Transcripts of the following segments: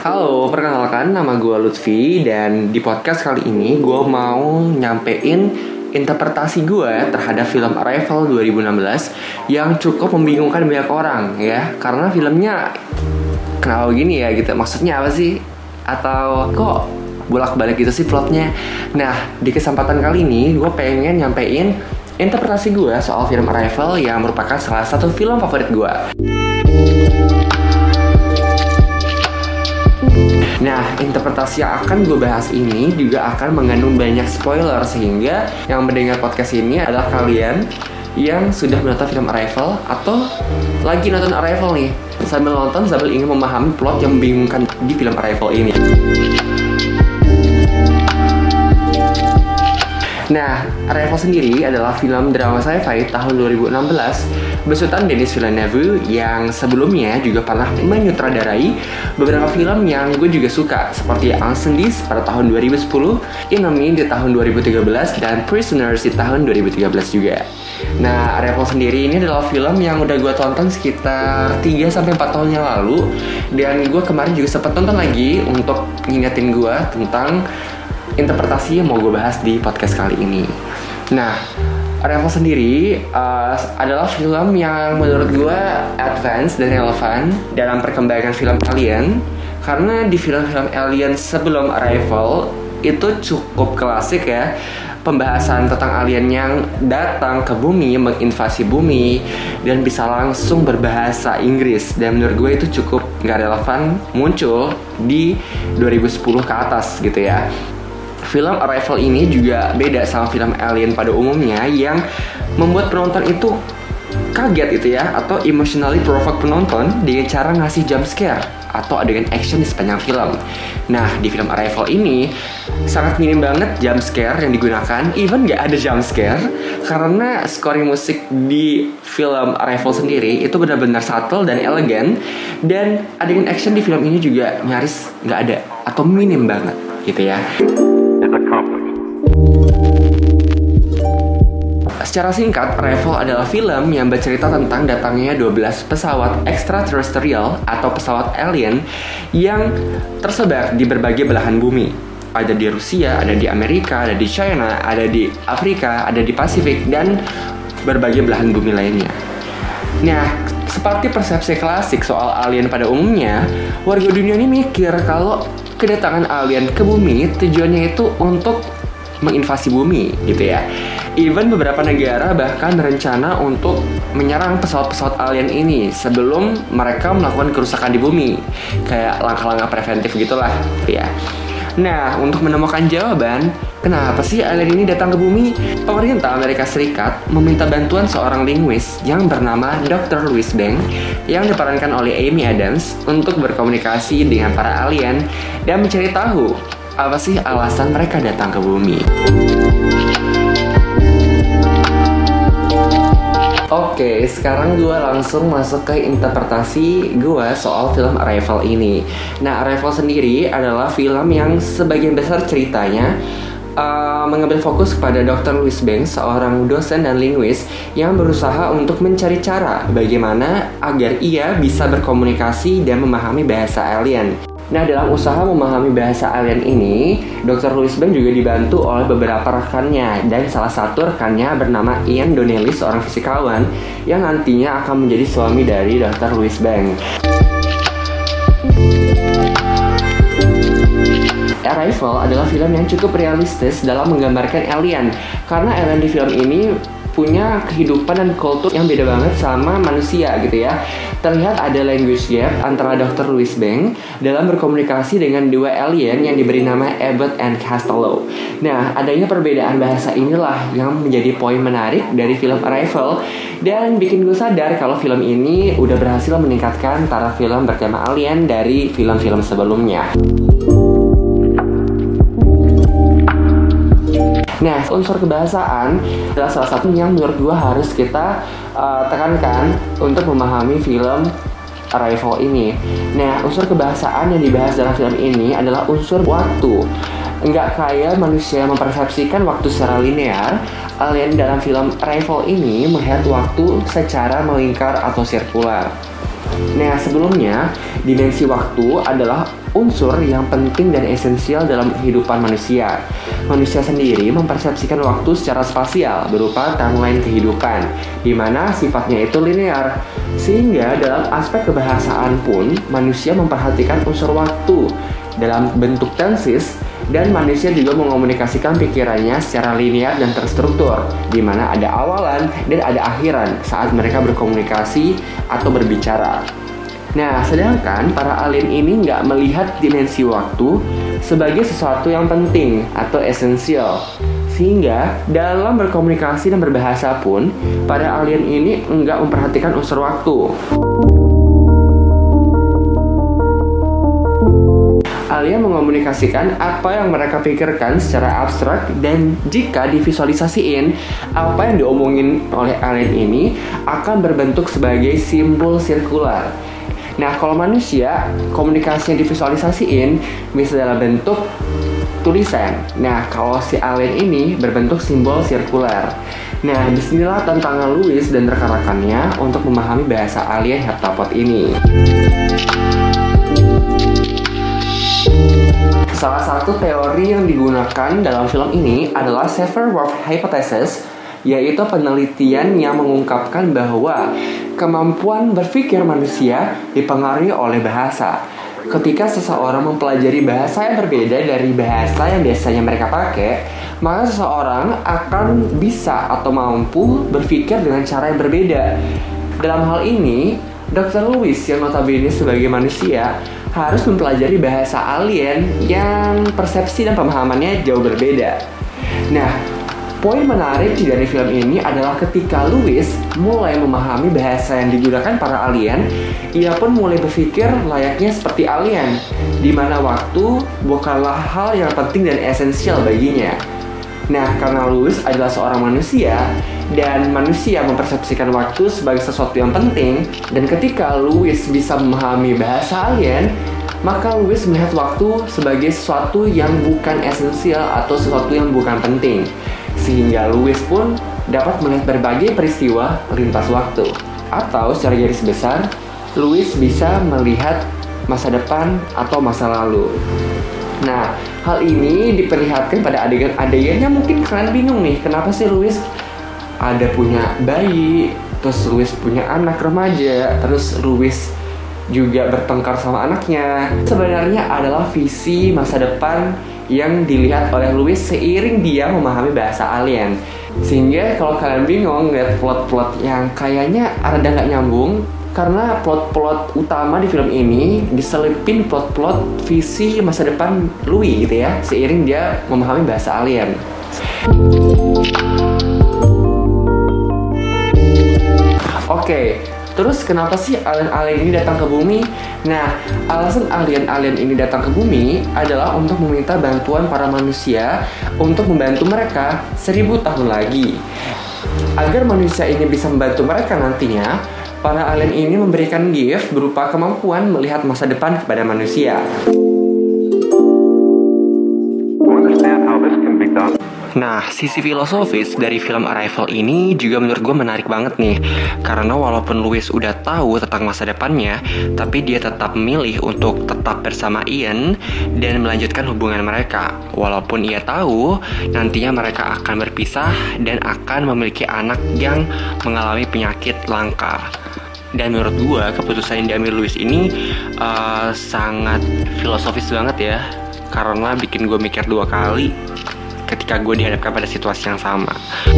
Halo, perkenalkan nama gue Lutfi. Dan di podcast kali ini gue mau nyampein interpretasi gue terhadap film Arrival 2016 yang cukup membingungkan banyak orang ya. Karena filmnya kenapa gini ya gitu, maksudnya apa sih? Atau kok bolak-balik gitu sih plotnya. Nah, di kesempatan kali ini gue pengen nyampein interpretasi gue soal film Arrival yang merupakan salah satu film favorit gue. Nah, interpretasi yang akan gue bahas ini juga akan mengandung banyak spoiler, sehingga yang mendengar podcast ini adalah kalian yang sudah menonton film Arrival atau lagi nonton Arrival nih, sambil nonton sambil ingin memahami plot yang membingungkan di film Arrival ini. Nah, Arrival sendiri adalah film drama sci-fi tahun 2016 besutan Denis Villeneuve yang sebelumnya juga pernah menyutradarai beberapa film yang gue juga suka, seperti Incendies pada tahun 2010, Enemy di tahun 2013, dan Prisoners di tahun 2013 juga. Nah, Arrival sendiri ini adalah film yang udah gue tonton sekitar 3-4 tahun yang lalu, dan gue kemarin juga sempat tonton lagi untuk ngingetin gue tentang interpretasi yang mau gue bahas di podcast kali ini. Nah, Arrival sendiri adalah film yang menurut gue advance dan relevan dalam perkembangan film Alien. Karena di film-film Alien sebelum Arrival itu cukup klasik ya, pembahasan tentang alien yang datang ke bumi, menginvasi bumi, dan bisa langsung berbahasa Inggris. Dan menurut gue itu cukup gak relevan muncul di 2010 ke atas gitu ya. Film Arrival ini juga beda sama film Alien pada umumnya yang membuat penonton itu kaget itu ya, atau emotionally provoke penonton dengan cara ngasih jump scare atau adegan action di sepanjang film. Nah, di film Arrival ini sangat minim banget jump scare yang digunakan, even gak ada jump scare, karena scoring musik di film Arrival sendiri itu benar-benar subtle dan elegan, dan adegan action di film ini juga nyaris gak ada atau minim banget gitu ya. Secara singkat, Arrival adalah film yang bercerita tentang datangnya 12 pesawat extraterrestrial atau pesawat alien yang tersebar di berbagai belahan bumi. Ada di Rusia, ada di Amerika, ada di China, ada di Afrika, ada di Pasifik, dan berbagai belahan bumi lainnya. Nah, seperti persepsi klasik soal alien pada umumnya, warga dunia ini mikir kalau kedatangan alien ke bumi tujuannya itu untuk menginvasi bumi gitu ya. Even beberapa negara bahkan berencana untuk menyerang pesawat-pesawat alien ini sebelum mereka melakukan kerusakan di bumi, kayak langkah-langkah preventif gitulah ya. Nah, untuk menemukan jawaban kenapa sih alien ini datang ke bumi, pemerintah Amerika Serikat meminta bantuan seorang linguis yang bernama Dr. Louis Banks yang diperankan oleh Amy Adams untuk berkomunikasi dengan para alien dan mencari tahu apa sih alasan mereka datang ke bumi. Oke, sekarang gue langsung masuk ke interpretasi gue soal film Arrival ini. Nah, Arrival sendiri adalah film yang sebagian besar ceritanya mengambil fokus kepada Dr. Louis Banks, seorang dosen dan linguis yang berusaha untuk mencari cara bagaimana agar ia bisa berkomunikasi dan memahami bahasa alien. Nah, dalam usaha memahami bahasa alien ini, Dr. Louis Banks juga dibantu oleh beberapa rekannya, dan salah satu rekannya bernama Ian Donnelly, seorang fisikawan yang nantinya akan menjadi suami dari Dr. Louis Banks. Arrival adalah film yang cukup realistis dalam menggambarkan alien, karena alien di film ini punya kehidupan dan kultur yang beda banget sama manusia gitu ya. Terlihat ada language gap antara Dr. Louis Banks dalam berkomunikasi dengan dua alien yang diberi nama Abbott and Costello. Nah, adanya perbedaan bahasa inilah yang menjadi poin menarik dari film Arrival, dan bikin gue sadar kalau film ini udah berhasil meningkatkan taraf film bertema alien dari film-film sebelumnya. Nah, unsur kebahasaan adalah salah satu yang menurut gue harus kita tekankan untuk memahami film Arrival ini. Nah, unsur kebahasaan yang dibahas dalam film ini adalah unsur waktu. Enggak kayak manusia mempersepsikan waktu secara linear, alien dalam film Arrival ini melihat waktu secara melingkar atau sirkular. Nah, sebelumnya, dimensi waktu adalah unsur yang penting dan esensial dalam kehidupan manusia. Manusia sendiri mempersepsikan waktu secara spasial berupa timeline kehidupan, di mana sifatnya itu linear. Sehingga dalam aspek kebahasaan pun, manusia memperhatikan unsur waktu dalam bentuk tenses, dan manusia juga mengomunikasikan pikirannya secara linear dan terstruktur, di mana ada awalan dan ada akhiran saat mereka berkomunikasi atau berbicara. Nah, sedangkan para alien ini nggak melihat dimensi waktu sebagai sesuatu yang penting atau esensial. Sehingga dalam berkomunikasi dan berbahasa pun, para alien ini nggak memperhatikan unsur waktu. Alien mengomunikasikan apa yang mereka pikirkan secara abstrak, dan jika divisualisasiin, apa yang diomongin oleh alien ini akan berbentuk sebagai simbol sirkular. Nah, kalau manusia, komunikasi yang divisualisasiin bisa dalam bentuk tulisan. Nah, kalau si alien ini berbentuk simbol sirkular. Nah, disinilah tantangan Lewis dan rekan-rekannya untuk memahami bahasa alien heptapod ini. Salah satu teori yang digunakan dalam film ini adalah Safer-Whorf Hypothesis, yaitu penelitian yang mengungkapkan bahwa kemampuan berpikir manusia dipengaruhi oleh bahasa. Ketika seseorang mempelajari bahasa yang berbeda dari bahasa yang biasanya mereka pakai, maka seseorang akan bisa atau mampu berpikir dengan cara yang berbeda. Dalam hal ini, Dr. Lewis yang notabene sebagai manusia harus mempelajari bahasa alien yang persepsi dan pemahamannya jauh berbeda. Nah, poin menarik dari film ini adalah ketika Lewis mulai memahami bahasa yang digunakan para alien, ia pun mulai berpikir layaknya seperti alien, di mana waktu bukanlah hal yang penting dan esensial baginya. Nah, karena Lewis adalah seorang manusia, dan manusia mempersepsikan waktu sebagai sesuatu yang penting, dan ketika Lewis bisa memahami bahasa alien, maka Lewis melihat waktu sebagai sesuatu yang bukan esensial atau sesuatu yang bukan penting. Sehingga Lewis pun dapat melihat berbagai peristiwa lintas waktu. Atau secara garis besar, Lewis bisa melihat masa depan atau masa lalu. Nah, hal ini diperlihatkan pada adegan-adegannya. Mungkin kalian bingung nih, kenapa sih Lewis ada punya bayi, terus Lewis punya anak remaja, terus Lewis juga bertengkar sama anaknya. Sebenarnya adalah visi masa depan yang dilihat oleh Lewis seiring dia memahami bahasa alien. Sehingga kalau kalian bingung ngeliat plot-plot yang kayaknya rada gak nyambung, karena plot-plot utama di film ini diselipin plot-plot visi masa depan Louis gitu ya, seiring dia memahami bahasa alien. Oke, terus kenapa sih alien-alien ini datang ke bumi? Nah, alasan alien-alien ini datang ke bumi adalah untuk meminta bantuan para manusia untuk membantu mereka 1000 tahun lagi. Agar manusia ini bisa membantu mereka nantinya, para alien ini memberikan gift berupa kemampuan melihat masa depan kepada manusia. Nah, sisi filosofis dari film Arrival ini juga menurut gue menarik banget nih. Karena walaupun Lewis udah tahu tentang masa depannya, tapi dia tetap memilih untuk tetap bersama Ian dan melanjutkan hubungan mereka. Walaupun ia tahu nantinya mereka akan berpisah dan akan memiliki anak yang mengalami penyakit langka. Dan menurut gue, keputusan yang diambil Lewis ini sangat filosofis banget ya. Karena bikin gue mikir 2 kali ketika gue dihadapkan pada situasi yang sama.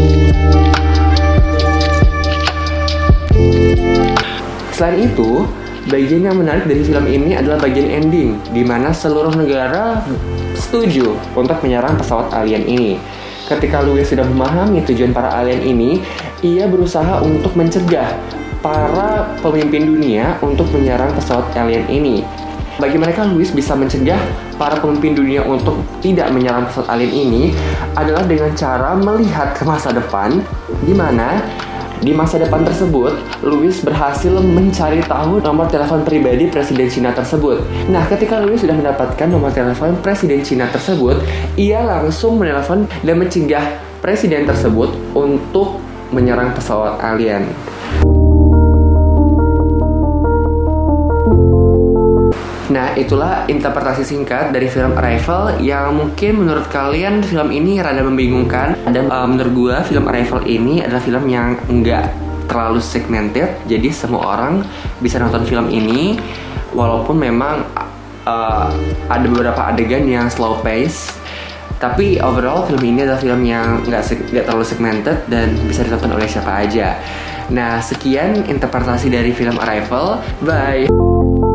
Selain itu, bagian yang menarik dari film ini adalah bagian ending, di mana seluruh negara setuju untuk menyerang pesawat alien ini. Ketika Lewis sudah memahami tujuan para alien ini, ia berusaha untuk mencegah para pemimpin dunia untuk menyerang pesawat alien ini. Bagi mereka, Lewis bisa mencegah para pemimpin dunia untuk tidak menyerang pesawat alien ini adalah dengan cara melihat ke masa depan, di mana di masa depan tersebut Lewis berhasil mencari tahu nomor telepon pribadi Presiden Cina tersebut. Nah, ketika Lewis sudah mendapatkan nomor telepon Presiden Cina tersebut, ia langsung menelepon dan mencegah presiden tersebut untuk menyerang pesawat alien. Nah, itulah interpretasi singkat dari film Arrival yang mungkin menurut kalian film ini rada membingungkan. Dan menurut gue film Arrival ini adalah film yang enggak terlalu segmented. Jadi semua orang bisa nonton film ini, walaupun memang ada beberapa adegan yang slow pace. Tapi overall film ini adalah film yang nggak terlalu segmented dan bisa ditonton oleh siapa aja. Nah, sekian interpretasi dari film Arrival. Bye.